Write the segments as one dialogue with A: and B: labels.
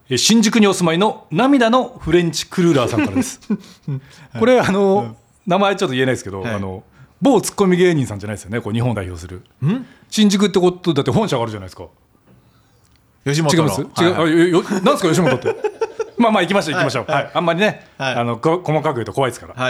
A: 新宿にお住まいの涙のフレンチクルーラーさんからですこれ名前ちょっと言えないですけど、某ツッコミ芸人さんじゃないですよね。こう日本を代表する新宿ってことだって本社があるじゃないですか。
B: 吉本の
A: 違います、なんですか吉本ってまあ行きましょう、あんまりね、細かく言うと怖いですから、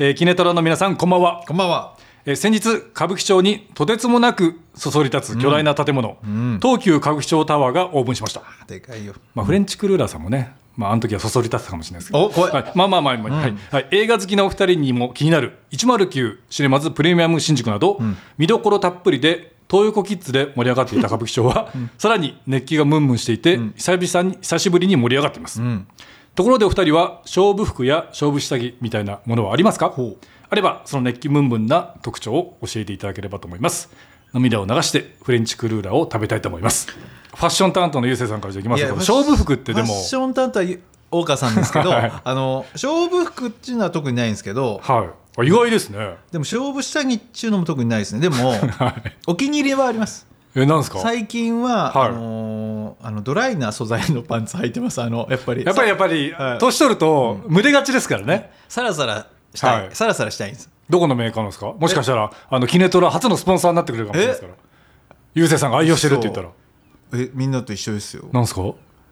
A: キネトラの皆さんこんばんは。
B: こんばんは。
A: 先日歌舞伎町にとてつもなくそそり立つ巨大な建物、東急歌舞伎町タワーがオープンしました。
B: でかいよ。
A: フレンチクルーラーさんもね、あの時はそそり立つかもしれないですけど、
B: 怖い、
A: 映画好きなお二人にも気になる109シネマズプレミアム新宿など、見どころたっぷりで東横キッズで盛り上がっていた歌舞伎町は、さらに熱気がムンムンしていて、久しぶりに盛り上がっています、ところでお二人は勝負服や勝負下着みたいなものはありますか？あればその熱気ムンムンな特徴を教えていただければと思います。涙を流してフレンチクルーラーを食べたいと思います。ファッション担当のゆうせいさんからじゃいきますけど、勝負服ってでも
B: ファッション担当は大川さんですけど勝負服っていうのは特にないんですけど、
A: 意外ですね。
B: でも勝負下着っていうのも特にないですね。でも、お気に入りはあります。
A: なんですか？
B: 最近は、ドライな素材のパンツ履いてます。やっぱり
A: 年取ると蒸れがちですからね。
B: サラサラしたい、サラサラしたいんです。
A: どこのメーカーなんですか？もしかしたらキネトラ初のスポンサーになってくれるかもしれないですから。ゆうせいさんが愛用してるって言ったら
B: みんなと一緒ですよ。
A: なんですか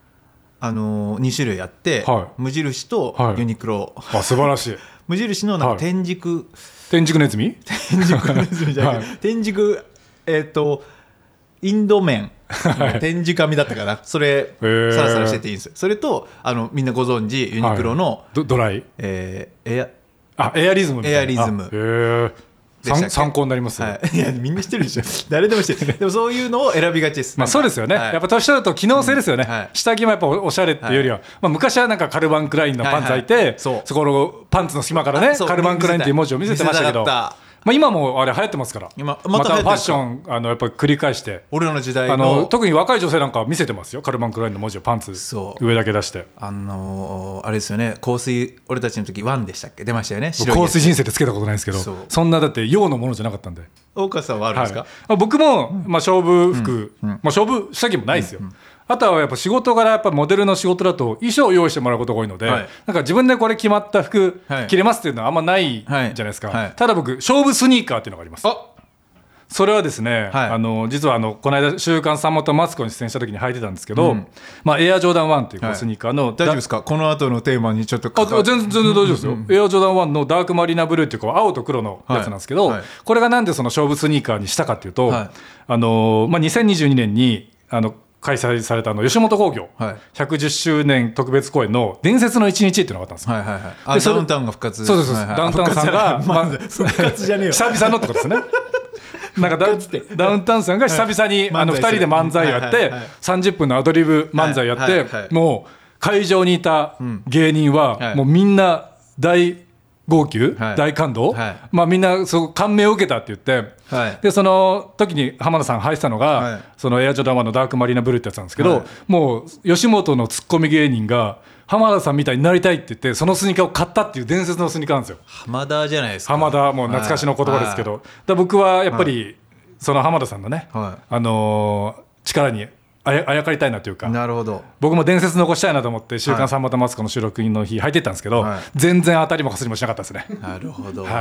B: ？2種類あって、無印とユニクロ、
A: 素晴らしい
B: 無印のなんか天竺
A: ネズミ
B: じゃなくて天竺インド麺天竺編みだったかな。それサラサラしてていいんですよ。それとみんなご存知ユニクロの
A: ドライエアリズムみたいな。
B: エアリズム
A: 参考になります、
B: いやみんな知ってるでしょ誰でも知ってる。でもそういうのを選びがちです。
A: そうですよね、やっぱ年取ると機能性ですよね、下着もやっぱおしゃれっていうよりは、昔はなんかカルバンクラインのパンツ履いて、そこのパンツの隙間からねカルバンクラインっていう文字を見せてましたけど、今もあれ流行ってますから、またファッションやっぱり繰り返して、
B: 俺らの時代の
A: 特に若い女性なんかは見せてますよ。カルバンクラインの文字をパンツ上だけ出して、
B: あれですよね、香水俺たちの時ワンでしたっけ出ましたよね。
A: 香水人生でつけたことないですけど、そんなだって用のものじゃなかったんで。
B: 大川さんはあるんですか？
A: 僕も勝負服、勝負下着もないですよ。あとはやっぱ仕事柄やっぱモデルの仕事だと衣装を用意してもらうことが多いので、なんか自分でこれ決まった服着れますっていうのはあんまないじゃないですか、ただ僕勝負スニーカーっていうのがあります。それはですね、実はこの間週刊さんまとマツコに出演した時に履いてたんですけど、エアジョーダン1っていうスニーカーの、
B: 大丈夫ですか？この後のテーマにちょっと
A: 全然大丈夫ですよ、エアジョーダン1のダークマリーナブルーっていう青と黒のやつなんですけど、これがなんでその勝負スニーカーにしたかっていうと、2022年に開催された吉本興業110周年特別公演の伝説の一日っていうのがあったんですよ。
B: ダウンタウンが復活。
A: そうです、ダウンタウンさんが
B: 復活じゃねえよ
A: 久々のってことですね。なんかダウンタウンさんが久々に2人で漫才をやって30分のアドリブ漫才やって、もう会場にいた芸人はもうみんな大号泣、大感動、みんな感銘を受けたって言って、でその時に浜田さん入ってたのが、そのエアジョーダン1のダークマリーナブルーってやつなんですけど、もう吉本のツッコミ芸人が浜田さんみたいになりたいって言ってそのスニーカーを買ったっていう伝説のスニーカーなんですよ。
B: 浜田じゃないですか。
A: 浜田もう懐かしの言葉ですけど、僕はやっぱりその浜田さんのね、力にあやかりたいなというか、
B: なるほど、
A: 僕も伝説残したいなと思って週刊さんまとマツコの収録の日入ってったんですけど、全然当たりもかすりもしなかったですね。
B: なるほど、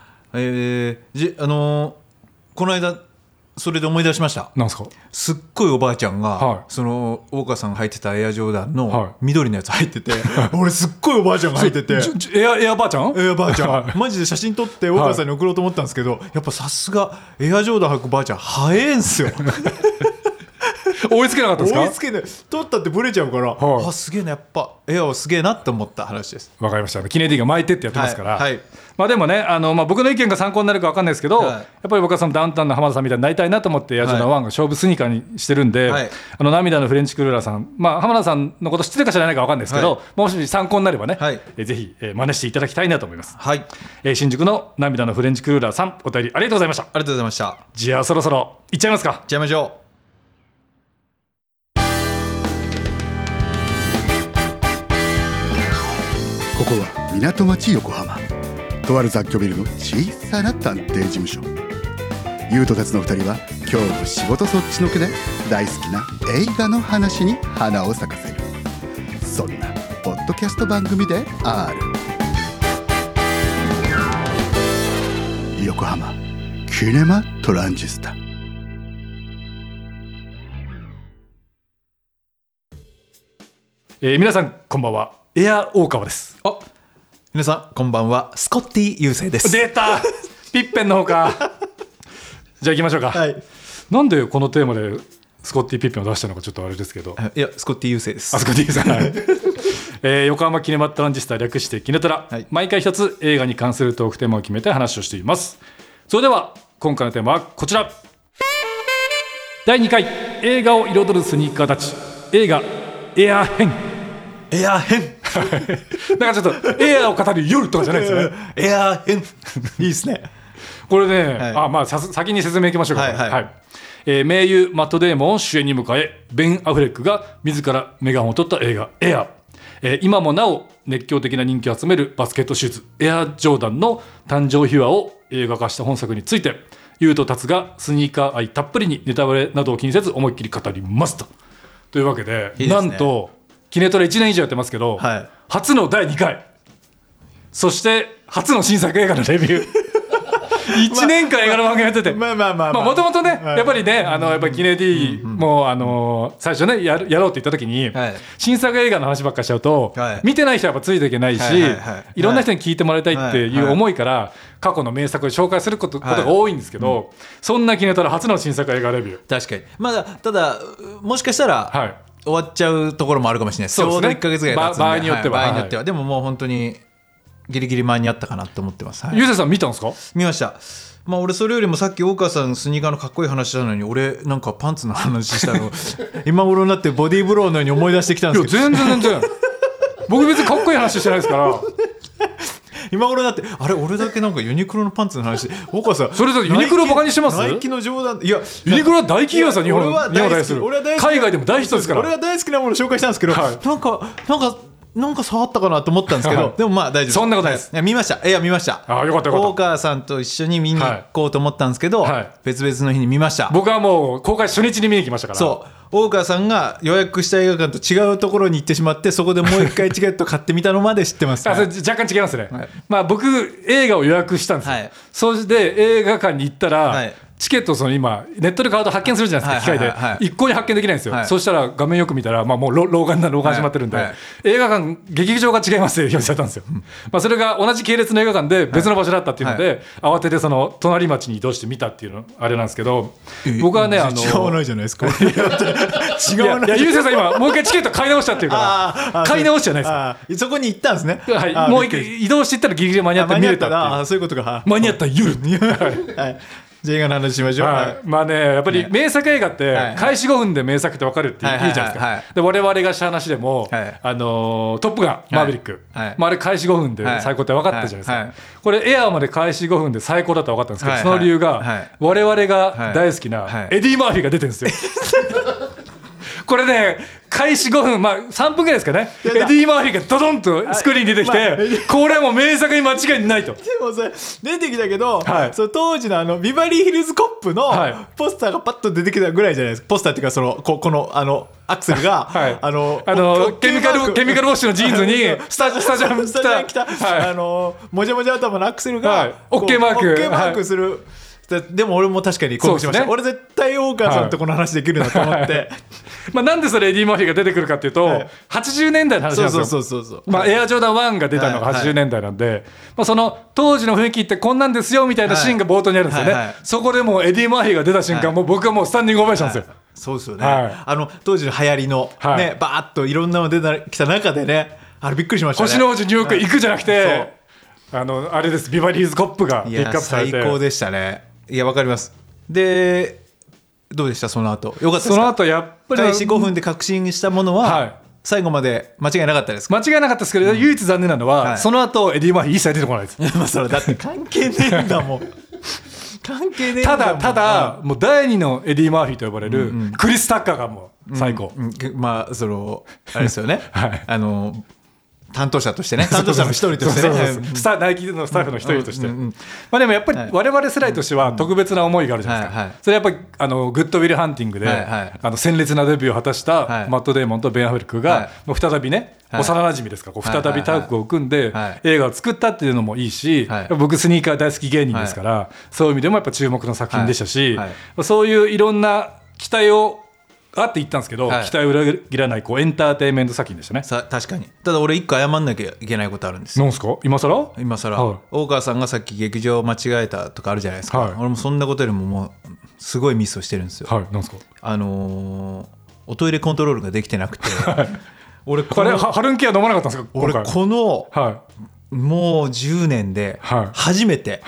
B: この間それで思い出しました。
A: なんですか？
B: すっごいおばあちゃんが、その大川さんが履いてたエアジョーダンの緑のやつ履いてて、俺すっごいおばあちゃんが履いてて
A: エアばあちゃん？
B: エアばあちゃんマジで写真撮って大川さんに送ろうと思ったんですけど、やっぱさすがエアジョーダン履くばあちゃん早えんすよ
A: 追いつけなかったですか？
B: 追いつけない、取ったってブレちゃうから、すげえな、やっぱエアはすげえなって思った話です。
A: わかりました。キネディが巻いてってやってますから、でもね僕の意見が参考になるか分かんないですけど、やっぱり僕はそのダウンタウンの浜田さんみたいになりたいなと思ってエアジョーダン1が勝負スニーカーにしてるんで、涙のフレンチクルーラーさん、浜田さんのこと知ってるか知らないか分かんないですけど、もし参考になればね、ぜひ真似していただきたいなと思います。新宿の涙のフレンチクルーラーさん、お便りありがとうございました。
B: ありがとうございました。
A: じゃあそろそろ行っちゃいますか。
B: 行っちゃいましょう。
C: ここは港町横浜、とある雑居ビルの小さな探偵事務所。優斗たちの2人は今日も仕事そっちのけで大好きな映画の話に花を咲かせる。 そんなポッドキャスト番組である。横浜キネマトランジスタ。
A: 皆さんこんばんは、エア大川です。
B: 皆さんこんばんは、スコッティ優勢です。
A: 出たピッペンの方かじゃあ行きましょうか、はい、なんでこのテーマでスコッティ・ピッペンを出したのかちょっとあれですけど、
B: いやスコッティ優勢です。
A: スコッティ優勢、はい横浜キネマトランジスタ略してキネトラ、はい、毎回一つ映画に関するトークテーマを決めて話をしています。それでは今回のテーマはこちら、第2回映画を彩るスニーカーたち、映画エア編。
B: エア編
A: なんかちょっとエアを語る夜とかじゃないですよね
B: エア編いいですね
A: これね、はい、先に説明いきましょうか、はいはいはい、名優マット・デーモンを主演に迎え、ベン・アフレックが自らメガホンを取った映画エア、今もなお熱狂的な人気を集めるバスケットシューズエアジョーダンの誕生秘話を映画化した本作について、ユウとタツがスニーカー愛たっぷりにネタバレなどを気にせず思いっきり語りますというわけで、いいですね、なんとキネトラ1年以上やってますけど、はい、初の第2回、そして初の新作映画のレビュー1年間映画の番組やってて、もともとね、やっぱりね、やっぱりキネディも最初ねやろうって言った時に、はい、新作映画の話ばっかしちゃうと、はい、見てない人はやっぱついていけないし、いろんな人に聞いてもらいたいっていう思いから過去の名作を紹介することが多いんですけど、そんなキネトラ初の新作映画レビュー、
B: 確かにただもしかしたら、はい、終わっちゃうところもあるかもしれないです。ちょうど1ヶ月ぐらい経つんで、
A: 場合によっては、
B: はい、でももう本当にギリギリ間に合ったかなと思ってます。
A: ゆうせいさん見たんですか？
B: 見ました。俺それよりもさっき大川さんスニーカーのかっこいい話したのに、俺なんかパンツの話したの今頃になってボディーブローのように思い出してきたんですけど、
A: 全然僕別にかっこいい話してないですから
B: 今頃になって、あれ俺だけなんかユニクロのパンツの話、大川さん
A: それだとユニクロバカにしてます？
B: ナイキの冗談、いや
A: ユニクロは大企業さ、日本大する、海外でも大ヒットですから。
B: 俺は大好きなものを紹介したんですけど、はい、なんか触ったかなと思ったんですけど、でも大丈夫、
A: そんなことないです。
B: 見ました。見ました。
A: よかった
B: 大川さんと一緒に見に行こうと思ったんですけど、別々の日に見ました。
A: 僕はもう公開初日に見に来ましたから。
B: そう、大川さんが予約した映画館と違うところに行ってしまって、そこでもう一回チケット買ってみたのまで知ってます、
A: それ若干違いますね、はい、僕映画を予約したんですよ、はい、そして映画館に行ったら、はい、チケットを今ネットで買うと発見するじゃないですか、機械で、一向に発見できないんですよ、はい、そうしたら画面よく見たら、もう老眼始まってるんで、はいはい、映画館劇場が違いますって表示されたんですよ、それが同じ系列の映画館で別の場所だったっていうので、はい、慌ててその隣町に移動して見たっていうのあれなんですけど、僕はね
B: 違わないじゃないですか
A: 違わない。ゆうせいさん今もう一回チケット買い直したっていうから買い直しじゃないですか。
B: そこに行ったんですね、
A: はい、もう一回移動していったらギリギリ間に合って見れたっていう、
B: そういうことか、
A: 間に合った夜
B: はい、じゃあ映画の話しましょう、
A: はい、やっぱり名作映画って開始5分で名作って分かるっていいじゃないですか、で我々がした話でも、トップガンマーヴェリック、あれ開始5分で最高って分かったじゃないですか、これエアーまで開始5分で最高だと分かったんですけど、その理由が、我々が大好きなエディ・マーフィーが出てるんですよこれね、開始5分、3分ぐらいですかね、エディ・マーフィーがドドンとスクリーンに出てきて、これはもう名作に間違いないと。
B: でもそれ出てきたけど、その当時のビバリーヒルズコップのポスターがパッと出てきたぐらいじゃないですか。ポスターっていうかこのアクセルが、
A: ケミカルウォッシュのジーンズにスタジアムに
B: 来た、もじゃもじゃ頭のアクセルが、
A: OK マーク
B: する。でも俺も確かに興奮しました、俺絶対大川さんとこの話できるなと思って、
A: なんでそれエディ・マーフィーが出てくるかっていうと、80年代の話なんですよ。エアジョーダン1が出たのが80年代なんで、その当時の雰囲気ってこんなんですよみたいなシーンが冒頭にあるんですよね、そこでもうエディ・マーフィーが出た瞬間、もう僕はもうスタンディングオベーションですよ、
B: そうですよね、当時の流行りの、バーッといろんなの出てきた中でね、びっくりしましたね。
A: 星の王子ニューヨーク行くじゃなくて、あれです、ビバリーズコップがピックアップされて、
B: 最高でしたね。いや、わかります。でどうでした、その後。よかったですか。
A: その後やっぱり
B: 開始5分で確信したものは、最後まで間違いなかったですか。
A: 間違いなかったですけど、唯一残念なのは、その後エディ・マーフィー一切出てこないです。
B: それだって関係ねえんだもん関係ねえんだもん。
A: ただもう第2のエディ・マーフィーと呼ばれるクリス・タッカーがもう最高、
B: そのあれですよね、 担当者としてね、担当者の一人としてね、
A: ナイキのスタッフの一人として、まあでもやっぱり我々世代としては特別な思いがあるじゃないですか。それやっぱりグッドウィルハンティングで鮮烈なデビューを果たしたマット・デーモンとベン・アフレックがもう再びね、幼馴染ですか、こう再びタッグを組んで映画を作ったっていうのもいいし、僕スニーカー大好き芸人ですから、そういう意味でもやっぱ注目の作品でしたし、そういういろんな期待をあって言ったんですけど、期待を裏切らないこうエンターテインメント作品でしたね。
B: 確かに。ただ俺一個謝んなきゃいけないことあるんですよ。
A: なんですか？今更、
B: 大川さんがさっき劇場間違えたとかあるじゃないですか、俺もそんなことよりももうすごいミスをしてるんですよ。
A: なんですか？
B: おトイレコントロールができてなくて
A: 俺これハルンケア飲まなかったんですか？
B: 俺この、もう10年で初めて、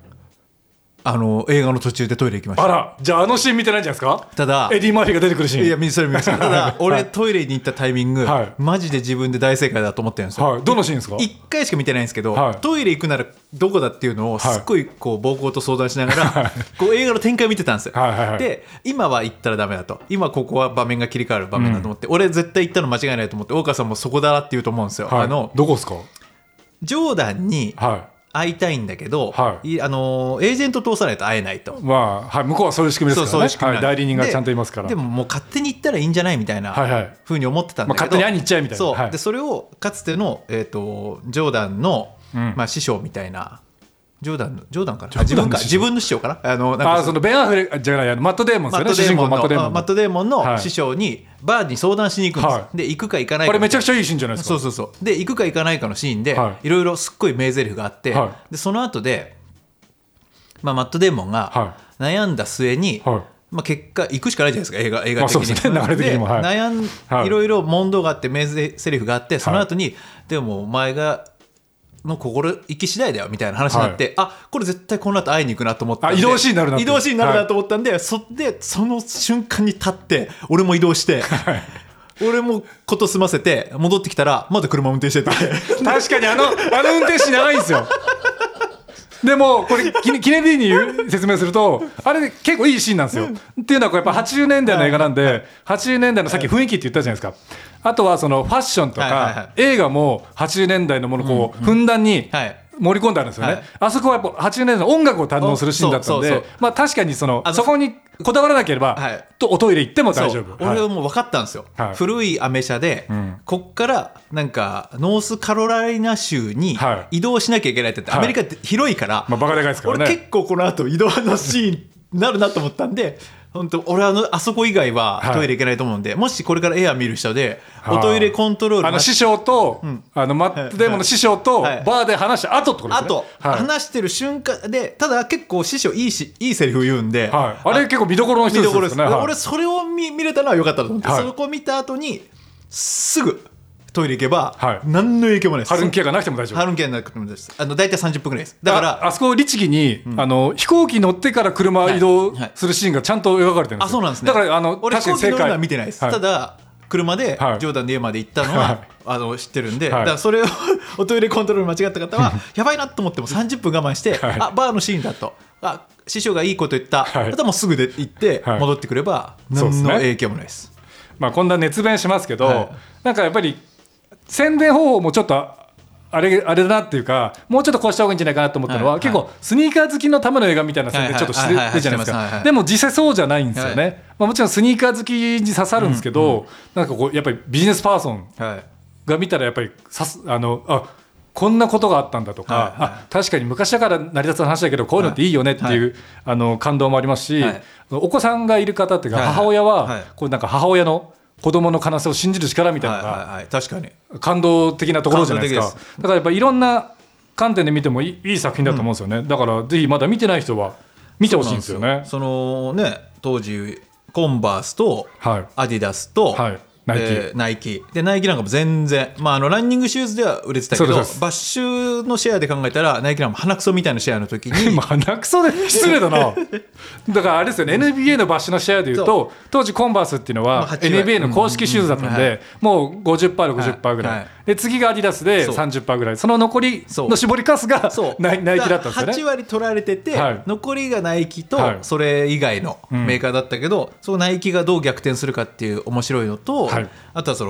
B: 映画の途中でトイレ行きました。
A: あら、じゃあシーン見てないんじゃないですか？ただエディ・マーフィーが出てくるシーン。
B: いや、それ見ました。ただ俺トイレに行ったタイミング、マジで自分で大正解だと思ってるんですよ。
A: どのシーンですか
B: ？1回しか見てないんですけど、トイレ行くならどこだっていうのをすっごいこう膀胱と相談しながらこう映画の展開を見てたんですよ。で今は行ったらダメだと、今ここは場面が切り替わる場面だと思って、俺絶対行ったの間違いないと思って、大川さんもそこだなって言うと思うんですよ。
A: どこですか？
B: ジョーダンに会いたいんだけど、エージェント通さないと会えないと、向
A: こうはそういう仕組みですからね。代理人がちゃんといますから。
B: でももう勝手に行ったらいいんじゃないみたいなふうに思ってたんだけど、
A: 勝手に会いに行っちゃえみたいな。
B: でそれをかつての、ジョーダンの、師匠みたいな、ジョーダンかな、自分の師匠かな、
A: そのベン・アフレックじゃない、マット・デーモンですよね。マッ
B: ト・デーモンの師匠にバーに相談しに行くんです。で行くか行かないか、
A: これめちゃくちゃいいシーンじゃないですか。
B: そうで行くか行かないかのシーンでいろいろすっごい名台詞があって、でその後で、マット・デーモンが悩んだ末に、結果行くしかないじゃないですか、映画的に。いろいろ問答があって名台詞があって、その後にでもお前がの心意気次第だよみたいな話になって、これ絶対この後会いに行くなと思ったんで、
A: 移動シーンになる
B: なと思ったんで、その瞬間に立って俺も移動して、俺もこと済ませて戻ってきたらまだ車運転してて
A: 確かに運転手長いんですよ。でもこれキネディに説明するとあれ結構いいシーンなんですよ。っていうのはやっぱ80年代の映画なんで、80年代のさっき雰囲気って言ったじゃないですか。あとはそのファッションとか映画も80年代のものをこうふんだんに盛り込んであるんですよね。あそこはやっぱ80年代の音楽を堪能するシーンだったんで、確かにそこにこだわらなければおトイレ行っても大丈夫。
B: 俺はもう分かったんですよ。古いアメ車でこっからなんかノースカロライナ州に移動しなきゃいけないって言って、アメリカって広いから
A: バカでかいですからね。
B: 俺結構この後移動のシーンになるなと思ったんで、本当俺あそこ以外はトイレ行けないと思うんで、もしこれからエア見る人でおトイレコントロール
A: 師匠と、マット・デーモンの師匠とバーで話した後ってことですね。
B: 話してる瞬間で、ただ結構師匠いいセリフ言うんで、
A: あれ結構見どころの一つですね。
B: 俺それを見れたのは良かったと思って、そこ見た後にすぐトイレ行けば何の影響もないです。
A: ハルンケアがなくても大丈夫。
B: ハルンケアなくても大丈夫です。大体30分ぐらいです。だから
A: あそこ律儀に、飛行機乗ってから車移動するシーンがちゃんと描かれてるんですよ。
B: そうなんですね。
A: だから
B: 俺飛行機乗るのは見てないです。ただ車でジョーダンで家まで行ったのは知ってるんで、だからそれをおトイレコントロール間違った方はやばいなと思っても30分我慢して、バーのシーンだと、師匠がいいこと言った、あとはもうすぐで行って戻ってくれば何の影響もないです。
A: こんな熱弁しますけど、なんかやっぱり宣伝方法もちょっとあれだなっていうか、もうちょっとこうした方がいいんじゃないかなと思ったのは、結構スニーカー好きのための映画みたいな宣伝ちょっとしてるじゃないですか。でも実際そうじゃないんですよね。もちろんスニーカー好きに刺さるんですけど、なんかこうやっぱりビジネスパーソンが見たらやっぱりこんなことがあったんだとか、確かに昔だから成り立つ話だけどこういうのっていいよねっていう感動もありますし、お子さんがいる方っていうか母親はこうなんか母親の子供の可能性を信じる力みたいなのが
B: 確かに
A: 感動的なところじゃないですか。だからやっぱいろんな観点で見てもいい作品だと思うんですよね。だからぜひまだ見てない人は見てほしいんですよね。
B: そのね、当時コンバースとアディダスとナイキで、ナイキなんかも全然、ランニングシューズでは売れてたけど、バッシュのシェアで考えたらナイキなんかも鼻くそみたいなシェアの時に
A: 鼻くそで失礼だなだからあれですよね、NBA のバッシュのシェアでいうと、当時コンバースっていうのは NBA の公式シューズだったんで、もう 50%、60% ぐらいで、次がアディダスで 30% ぐらい、その残りの絞りかすがナイキだったんですよね。
B: 8割取られてて、残りがナイキとそれ以外のメーカーだったけど、そのナイキがどう逆転するかっていう面白いのと、あとはその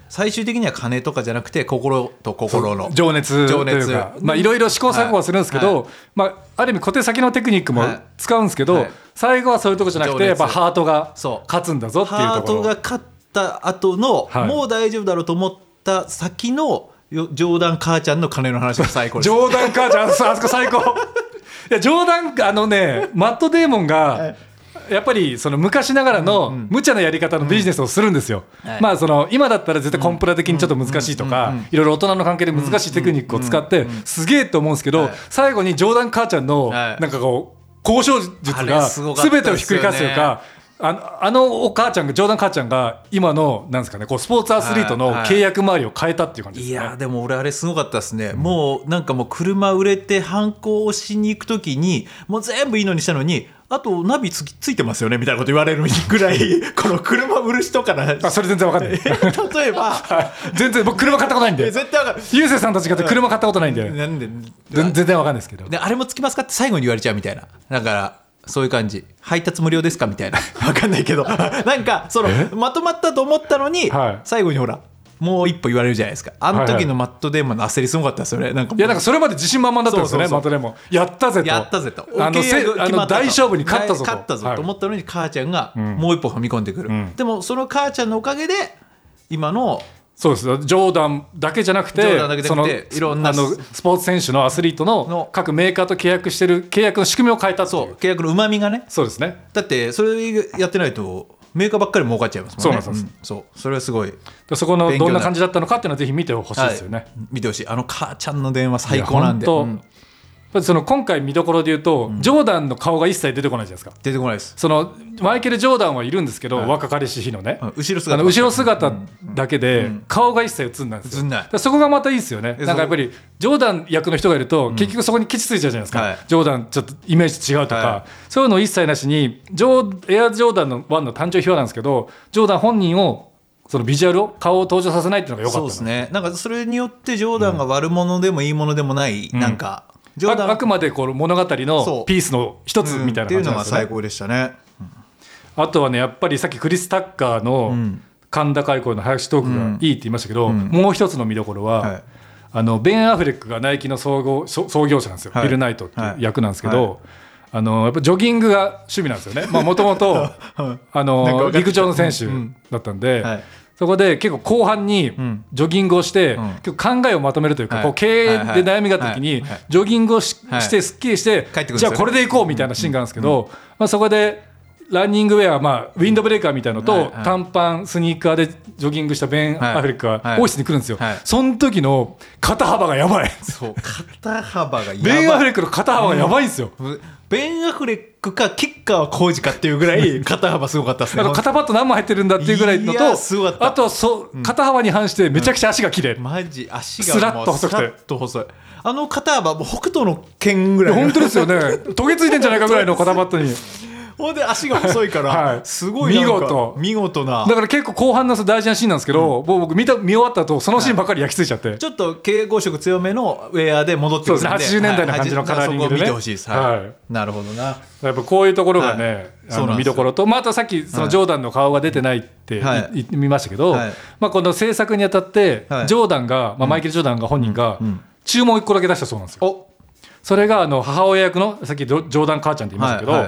B: 最終的には金とかじゃなくて心と心の
A: 情熱というか、いろいろ試行錯誤はするんですけど、ある意味小手先のテクニックも使うんですけど、最後はそういうとこじゃなくてやっぱハートが勝つんだぞっていうところ。
B: ハートが勝った後の、もう大丈夫だろうと思った先のジョーダン母ちゃんの金の話が最高です。
A: ジョーダン母ちゃん、あそこ最高。いやジョーダンマット・デーモンがやっぱりその昔ながらの無茶なやり方のビジネスをするんですよ。その今だったら絶対コンプラ的にちょっと難しいとか、いろいろ大人の関係で難しいテクニックを使ってすげえと思うんですけど、最後にジョーダン母ちゃんのなんかこう交渉術が全てをひっくり返すというか、お母ちゃんがジョーダン母ちゃんが今のなんですかね、こうスポーツアスリートの契約周りを変えたっていう感じですね。
B: いやでも俺あれすごかったですね。もうなんかもう車売れて反抗をしに行くときにもう全部いいのにしたのに、あとナビついてますよねみたいなこと言われるぐらいこの車売る人から
A: それ全然わかんない
B: 例えば
A: 全然僕車買ったことないんで、
B: 絶対わかる。
A: ゆうせいさんと違って車買ったことないんで、
B: なんで
A: 全然わかんないですけど、
B: であれもつきますかって最後に言われちゃうみたいな。だからそういう感じ、配達無料ですかみたいな分かんないけどなんかそのまとまったと思ったのに、最後にほらもう一歩言われるじゃないですか。あの時のマット・デーモンの焦りすごかったですよね。なんかそ
A: れまで自信満々だったんですよね。マット・デーモンやったぜと大勝負に勝ったぞ
B: と思ったのに母ちゃんがもう一歩踏み込んでくる、でもその母ちゃんのおかげで今の
A: そうです。ジョーダンだけじゃなくて
B: いろんな
A: スポーツ選手のアスリートの各メーカーと契約してる契約の仕組みを変えたっていう。
B: そう契約のうまみがね。
A: そうですね。
B: だってそれやってないとメーカーばっかり儲かっちゃいますもんね。
A: そうなんです、
B: それはすごい。
A: そこのどんな感じだったのかっていうのはぜひ見てほしいですよね。
B: 見てほしい。母ちゃんの電話最高なんで。
A: その今回見どころで言うと、ジョーダンの顔が一切出てこないじゃないですか。
B: 出てこないです。
A: そのマイケル・ジョーダンはいるんですけど、若かりし日のね、後ろ姿だけで顔が一切映んないんですよ。そこがまたいいですよね。なんかやっぱりジョーダン役の人がいると結局そこにケチついちゃうじゃないですか、ジョーダンちょっとイメージ違うとか、そういうの一切なしにエアジョーダンの1の誕生秘話なんですけど、ジョーダン本人をそのビジュアルを顔を登場させないっていうのが良かった。
B: そうですね。なんかそれによってジョーダンが悪者でもいいものでもない、なんか
A: あくまでこう物語のピースの一つみたいな感じなんですよね。っていうのが
B: 最高でしたね。
A: あとはね、やっぱりさっきクリス・タッカーの甲高い声の早口トークがいいって言いましたけど、もう一つの見どころは、ベン・アフレックがナイキの創業者なんですよ、ビル・ナイトっていう役なんですけど、やっぱジョギングが趣味なんですよね。もともと陸上の選手だったんで、そこで結構後半にジョギングをして、結構考えをまとめるというか、こう経営で悩みがあった時にジョギングをしてすっきりして、じゃあこれでいこうみたいなシーンがあるんですけど、そこでランニングウェア、ウィンドブレーカーみたいなのと短パンスニーカーでジョギングしたベン・アフレックがオフィスに来るんですよ。その時の肩幅がやばい。
B: 肩幅がやばい。
A: ベン・アフレックの肩幅がやばいんですよ。
B: ベン・アフレックかキッカーはコージかっていうぐらい肩幅すごかったですね。
A: 肩パッド何枚入ってるんだっていうぐらいのと、あと肩幅に反してめちゃくちゃ足が綺麗。
B: マジ足が
A: スラッと細くて、スラッ
B: と細い。肩幅もう北斗の拳ぐらい。
A: 本当ですよね。トゲついてんじゃないかぐらいの肩パッドに。
B: ほんで足が細いから、すごい見事な。
A: だから結構後半の大事なシーンなんですけど、僕見終わった後そのシーンばっかり焼き付いちゃって、
B: ちょっと蛍光色強めのウェアで戻ってくるんで、
A: 80年代の感じのカラーリングでね、
B: 見てほしいです。なるほどな。
A: やっぱこういうところがね、見どころと、あとさっきそのジョーダンの顔が出てないって言ってみましたけど、この制作にあたってジョーダンが、マイケル・ジョーダンが本人が注文1個だけ出したそうなんですよ。それが母親役のさっきジョーダン母ちゃんって言いましたけど、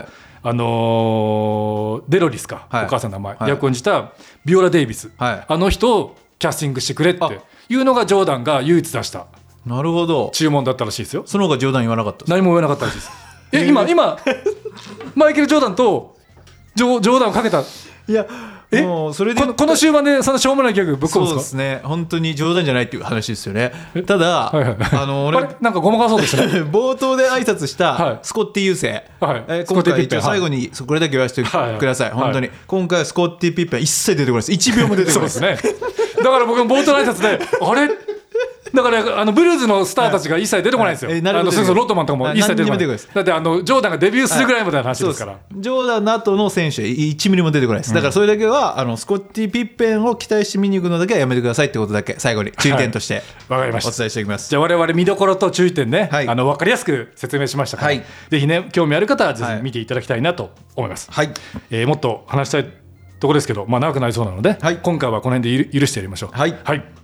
A: デロリスか、お母さんの名前、役を演じたビオラ・デイビス、あの人をキャスティングしてくれっていうのがジョーダンが唯一出した注文だったらしいですよ。
B: その方がジョーダン言わなかった。
A: 何も言わなかったらしいです。今マイケル・ジョーダンとジョーダンをかけた。いやもうそれでこの終盤でそのしょうもないギャグぶっ込むんですか。
B: そうですね。本当に冗談じゃないっていう話ですよね。ただ、
A: 俺なんかごまかそうでしたね。
B: 冒頭で挨拶したスコッティ優勢、今回一応最後にこれだけ言わせてください。本当に今回はスコッティピッペン一切出てこないです。1秒も出てこないです。
A: そうですね。だから僕も冒頭の挨拶であれだからブルーズのスターたちが一切出てこないんですよ。ロットマンとかも一切出てこない。だってジョーダンがデビューするぐらいまでの話ですから。
B: ジョーダンの後の選手1ミリも出てこないです。だからそれだけはスコッティ・ピッペンを期待して見に行くのだけはやめてくださいってことだけ最後に注意点としてお伝えしておきます。
A: じゃあ我々見どころと注意点ね、分かりやすく説明しましたから、ぜひね興味ある方はぜひ見ていただきたいなと思います。もっと話したいところですけど、長くなりそうなので、今回はこの辺で許してやりましょう。
B: はい、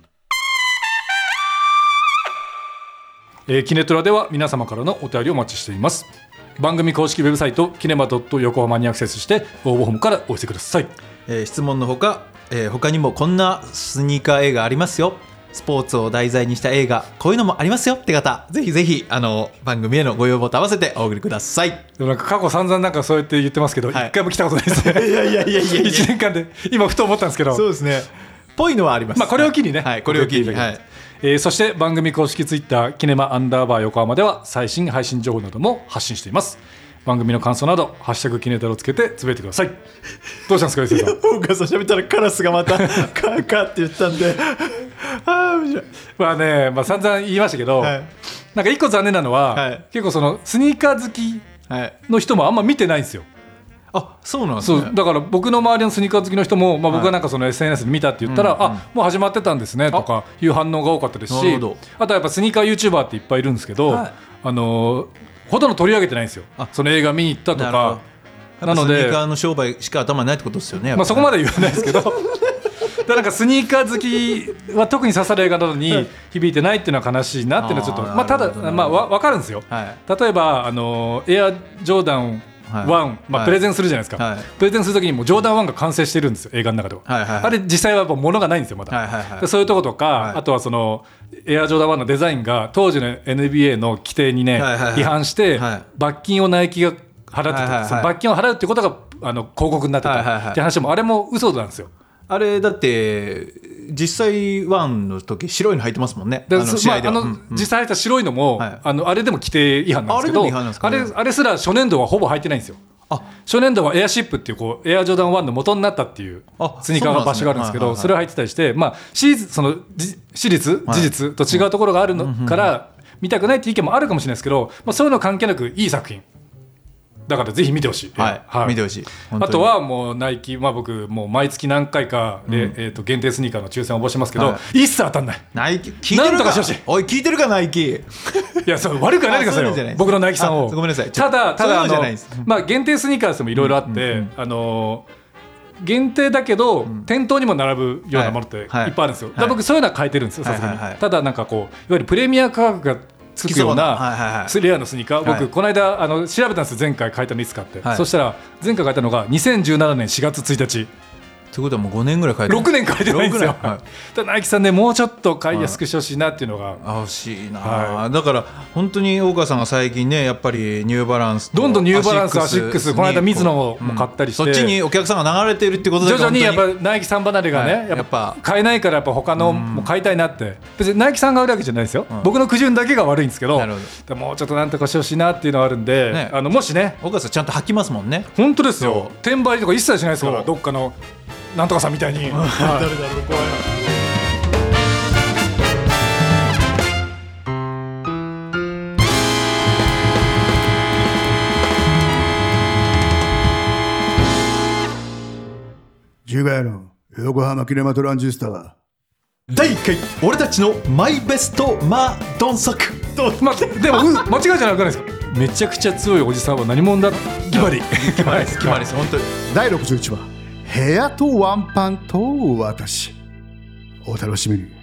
A: キネトラでは皆様からのお便りをお待ちしています。番組公式ウェブサイトキネマ.横浜にアクセスして応募フォームからお寄せください。
B: 質問のほか、他にもこんなスニーカー映画ありますよ、スポーツを題材にした映画こういうのもありますよって方、ぜひぜひ番組へのご要望と合わせてお送りください。
A: でもなんか過去散々なんかそうやって言ってますけど、一回も来たことないですね。いや1年間で今ふと思ったんですけど。
B: そうですね、ぽいのはあります。
A: これを機にね、
B: これを機に、
A: そして番組公式ツイッターキネマ_横浜では最新配信情報なども発信しています。番組の感想などハッシュタグキネタロをつけてつぶやいてください。どうしたんですか、吉田さん。
B: お母さん喋ったらカラスがまたカーカーって言ったんで面白い。
A: 散々言いましたけど、なんか一個残念なのは、結構そのスニーカー好きの人もあんま見てないんですよ。
B: あ、そうなんですね。
A: だから僕の周りのスニーカー好きの人も、僕がなんかその SNS で見たって言ったら、もう始まってたんですねとかいう反応が多かったですし、あとはやっぱスニーカー YouTuber っていっぱいいるんですけど、ほとんど取り上げてないんですよ、その映画見に行ったとか。
B: なのでスニーカーの商売しか頭にないってことですよね。
A: そこまで言わないですけどなんかスニーカー好きは特に刺さる映画などに響いてないっていうのは悲しいなっていうのはちょっと、ただ分かるんですよ。例えばエアジョーダン1、プレゼンするじゃないですか、プレゼンするときにもジョーダン1が完成してるんですよ、映画の中では。あれ実際はやっぱ物がないんですよまだ。そういうとことか、あとはそのエアジョーダン1のデザインが当時の NBA の規定にね違反して罰金をナイキが払ってた、その罰金を払うってことが広告になってたって話も、あれも嘘なんですよ。
B: あれだって実際ワンの時白いの履いてますもんね。
A: 試合では実際履いた白いのも、あれでも規定違反なんですけど、あれすら初年度はほぼ履いてないんですよ。初年度はエアシップっていうエアジョーダン1の元になったっていうスニーカーの場所があるんですけど、それを履いてたりして、その事実と違うところがあるのから見たくないっていう意見もあるかもしれないですけど、そういうの関係なくいい作品だからぜひ見てほしい。
B: 見てほしい。
A: あとはもうナイキ、僕もう毎月何回かで、限定スニーカーの抽選を応募してますけど、一切当たんない。
B: ナイキ聞いてるか。なんとかしてほしい。おい聞いてるかナイキ。い
A: やそう悪くはないでくださいよ、僕のナイキさんを。
B: ごめんなさい。
A: ただ限定スニーカーでもいろいろあって、限定だけど店頭にも並ぶようなものっていっぱいあるんですよ。僕そういうのは変えてるんですよ、さすがに。ただなんかこういわゆるプレミア価格がつくようなレアのスニーカー、僕この間調べたんですよ、前回書いたのいつかって。そしたら前回書いたのが2017年4月1日
B: ということはもう5年ぐらい書いてる。
A: 6年書いてないんですよ。ナイキさんね、もうちょっと買いやすくしてほしいなっていうのが。
B: 欲しいな、だから本当に大川さんが最近ね、やっぱりニューバランス
A: どんどんニューバランスアシックス、この間水野も買ったりして、
B: そっちにお客さんが流れているってことで
A: 徐々にやっぱナイキさん離れがね、やっぱ買えないからやっぱ他のも買いたいなって。別にナイキさんが悪いわけじゃないですよ、僕の苦渋だけが悪いんですけど、もうちょっとなんとかしてほしいなっていうのはあるんで、もしね、
B: 大川さんちゃんと履きますもんね。
A: 本当ですよ、転売とか一切しないですから、どっかのなんとかさんみたいに。誰だろうこれ。
C: 10月の横浜キネマトランジスタは
B: 第1回俺たちのマイベストマドンソク。
A: でも間違いじゃなくないですか。めちゃくちゃ強いおじさんは何者だ決まり
B: 決まりです本当に。
C: 第61話部屋とワンパンと私、お楽しみに。